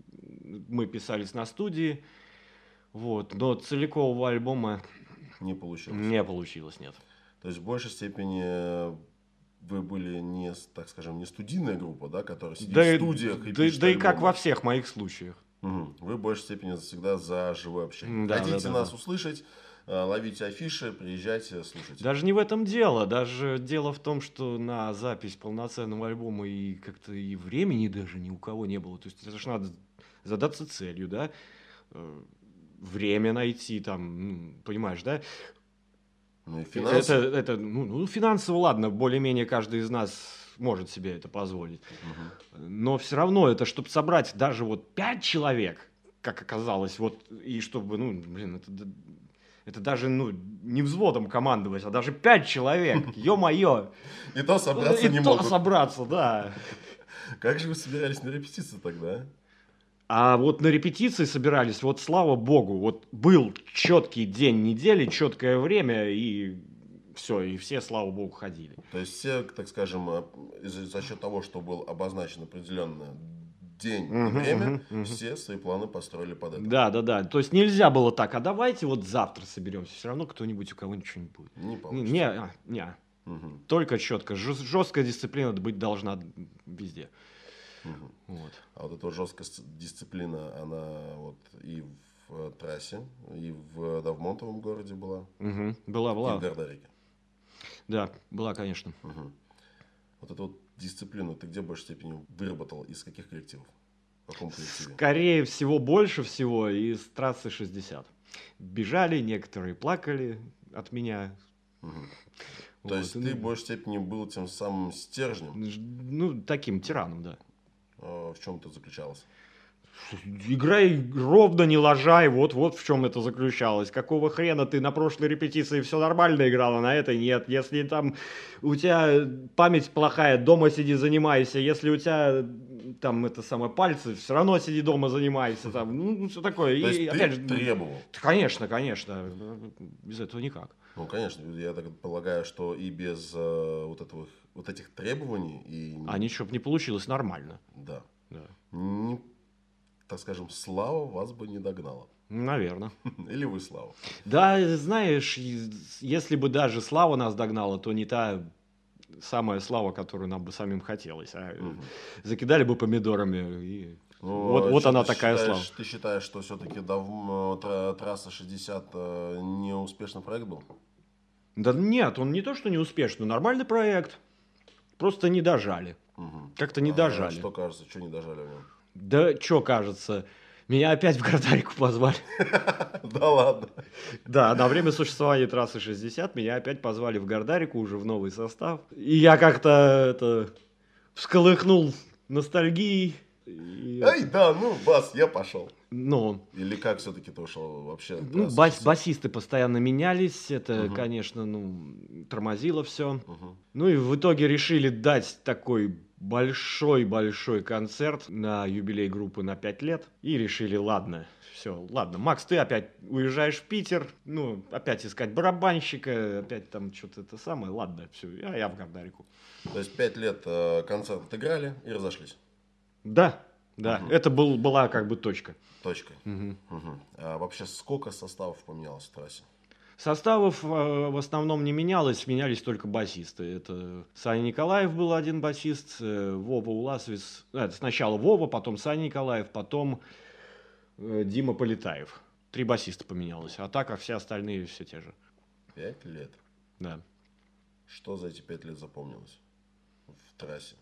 Speaker 2: мы писались на студии, вот, но целикового альбома
Speaker 1: Не получилось.
Speaker 2: не получилось, нет.
Speaker 1: То есть в большей степени э, вы были не, с- так скажем, не студийная группа, да, которая сидит
Speaker 2: Да,
Speaker 1: в
Speaker 2: и-
Speaker 1: студиях и
Speaker 2: да,
Speaker 1: пишет
Speaker 2: да и как
Speaker 1: альбомы.
Speaker 2: во всех моих случаях.
Speaker 1: Мгм. Вы в большей степени всегда за живое общение.
Speaker 2: М, да,
Speaker 1: Хотите
Speaker 2: да, да,
Speaker 1: нас
Speaker 2: да.
Speaker 1: услышать, э, ловите афиши, приезжайте, слушайте.
Speaker 2: Даже не в этом дело. Даже дело в том, что на запись полноценного альбома и как-то и времени даже ни у кого не было. То есть это же надо задаться целью, да? Э, Время найти там, ну, понимаешь, да?
Speaker 1: Ну и
Speaker 2: Это,
Speaker 1: финансы.
Speaker 2: это ну, ну, финансово, ладно, более-менее каждый из нас может себе это позволить.
Speaker 1: Мгм.
Speaker 2: Но все равно это, чтобы собрать даже вот пять человек, как оказалось, вот, и чтобы, ну, блин, это, д- это даже, ну, не взводом командовать, а даже пять человек, ё-моё.
Speaker 1: И то собраться
Speaker 2: И
Speaker 1: не
Speaker 2: то
Speaker 1: могут.
Speaker 2: собраться, да.
Speaker 1: Как же вы собирались на репетиции тогда?
Speaker 2: А вот на репетиции собирались, вот слава богу, вот был четкий день недели, четкое время, и все, и все, слава богу, ходили.
Speaker 1: То есть все, так скажем, э, из- за счет того, что был обозначен определенный день и
Speaker 2: Мгм,
Speaker 1: время,
Speaker 2: мгм, мгм.
Speaker 1: все свои планы построили под это.
Speaker 2: Да, да, да. То есть нельзя было так, а давайте вот завтра соберемся. Все равно кто-нибудь у кого-нибудь что-нибудь будет.
Speaker 1: Не
Speaker 2: Не,
Speaker 1: получится.
Speaker 2: не, а, не.
Speaker 1: Мгм.
Speaker 2: Только четко. Жест- жесткая дисциплина быть должна везде.
Speaker 1: Мгм.
Speaker 2: Вот.
Speaker 1: А вот эта вот жесткая с- дисциплина, она вот и в э, трассе, и в Давмонтовом городе была,
Speaker 2: Мгм. Была,
Speaker 1: и в
Speaker 2: была.
Speaker 1: Гардарике.
Speaker 2: Да, была, конечно.
Speaker 1: Мгм. Вот эту вот дисциплину ты где в большей степени выработал? Из каких коллективов? В каком коллективе?
Speaker 2: Скорее всего, больше всего из трассы шестьдесят. Бежали, некоторые плакали от меня.
Speaker 1: Мгм.
Speaker 2: Вот.
Speaker 1: То есть
Speaker 2: Ну,
Speaker 1: ты в большей степени был тем самым стержнем.
Speaker 2: ж- Ну, таким тираном, да.
Speaker 1: А в чем это заключалось?
Speaker 2: Играй ровно, не лажай, вот-вот в чем это заключалось. Какого хрена ты на прошлой репетиции все нормально играла, на этой нет. Если там у тебя память плохая, дома сиди, занимайся. Если у тебя там это самое пальцы, все равно сиди дома, занимайся. Там, ну, все такое.
Speaker 1: То
Speaker 2: И
Speaker 1: есть
Speaker 2: опять
Speaker 1: ты
Speaker 2: же,
Speaker 1: требовал?
Speaker 2: конечно, конечно, без этого никак.
Speaker 1: Ну, конечно, я так полагаю, что и без э, вот, этого, вот этих требований, и,
Speaker 2: А ничего бы не получилось нормально.
Speaker 1: да,
Speaker 2: Да.
Speaker 1: не, так скажем, слава вас бы не догнала.
Speaker 2: Наверное.
Speaker 1: Или вы слава.
Speaker 2: Да, знаешь, и- если бы даже Слава нас догнала, то не та самая Слава, которую нам бы самим хотелось. А
Speaker 1: Мгм.
Speaker 2: закидали бы помидорами, и
Speaker 1: Ну,
Speaker 2: вот,
Speaker 1: а
Speaker 2: вот
Speaker 1: чё
Speaker 2: она
Speaker 1: ты
Speaker 2: такая
Speaker 1: считаешь,
Speaker 2: Слава.
Speaker 1: Ты считаешь, что все-таки трасса шестьдесят э, неуспешный проект был?
Speaker 2: Да нет, он не то, что не успешный, нормальный проект. Просто не дожали.
Speaker 1: Мгм.
Speaker 2: Как-то не
Speaker 1: А
Speaker 2: дожали.
Speaker 1: что кажется, что не дожали в нем?
Speaker 2: Да что кажется, меня опять в Гордарику позвали.
Speaker 1: Да ладно.
Speaker 2: Да, на время существования трассы шестьдесят меня опять позвали в Гордарику уже в новый состав. И я как-то это всколыхнул ностальгией. И,
Speaker 1: Эй, да, ну, бас, я пошел.
Speaker 2: ну,
Speaker 1: Или как все-таки ты ушел вообще?
Speaker 2: ну,
Speaker 1: трасса
Speaker 2: бас-
Speaker 1: шестьдесят?
Speaker 2: басисты постоянно менялись, это,
Speaker 1: Мгм.
Speaker 2: конечно, ну, тормозило все.
Speaker 1: Мгм.
Speaker 2: Ну и в итоге решили дать такой большой-большой концерт на юбилей группы на пять лет. И решили, ладно, все, ладно, Макс, ты опять уезжаешь в Питер, ну, опять искать барабанщика, опять там что-то это самое, ладно, все, а я в Гордарику.
Speaker 1: То есть пять лет э, концерт отыграли и разошлись.
Speaker 2: Да, да,
Speaker 1: Мгм.
Speaker 2: это был, была как бы точка.
Speaker 1: Точка.
Speaker 2: Мгм.
Speaker 1: Мгм. А вообще сколько составов поменялось в трассе?
Speaker 2: Составов э, в основном не менялось, менялись только басисты. Это Саня Николаев был один басист, э, Вова Уласовец. э, Сначала Вова, потом Саня Николаев, потом э, Дима Полетаев. Три басиста поменялось, а так, как все остальные все те же.
Speaker 1: Пять лет.
Speaker 2: Да.
Speaker 1: Что за эти пять лет запомнилось в трассе?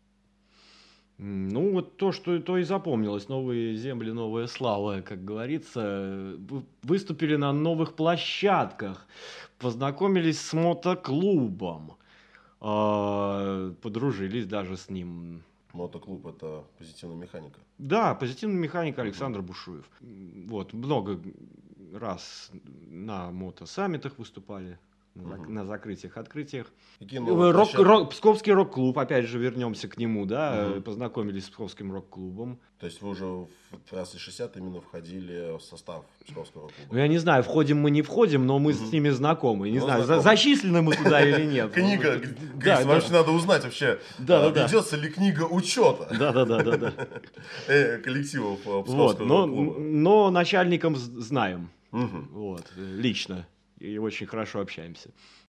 Speaker 2: М, Ну, вот то, что то и запомнилось. Новые земли, новая слава, как говорится. Вы- Выступили на новых площадках, познакомились с мотоклубом, а, подружились даже с ним.
Speaker 1: Мотоклуб — это позитивная механика.
Speaker 2: Да, позитивный механик Александр Бушуев. М, Вот, много раз на мотосаммитах выступали. на,
Speaker 1: Мгм.
Speaker 2: на закрытиях, открытиях.
Speaker 1: Какие новые
Speaker 2: Рок,
Speaker 1: площадки?
Speaker 2: рок- Псковский рок-клуб, опять же, вернемся к нему, да,
Speaker 1: Мгм.
Speaker 2: познакомились с Псковским рок-клубом.
Speaker 1: То есть вы уже в трассе шестьдесят именно входили в состав Псковского
Speaker 2: Ну,
Speaker 1: клуба?
Speaker 2: я не знаю, входим мы, не входим, но мы
Speaker 1: Мгм.
Speaker 2: с ними знакомы. Не
Speaker 1: Ну,
Speaker 2: знаю, за-
Speaker 1: знакомы.
Speaker 2: зачислены мы туда или нет.
Speaker 1: Книга,
Speaker 2: Да,
Speaker 1: Гриш,
Speaker 2: да.
Speaker 1: вообще надо узнать вообще,
Speaker 2: Да,
Speaker 1: а,
Speaker 2: да, да.
Speaker 1: ведется ли книга учета
Speaker 2: Да, да, да, да, да.
Speaker 1: э, коллективов э,
Speaker 2: Вот,
Speaker 1: Псковского
Speaker 2: но,
Speaker 1: клуба?
Speaker 2: но начальником з- знаем,
Speaker 1: Мгм.
Speaker 2: вот, э, лично, и очень хорошо общаемся.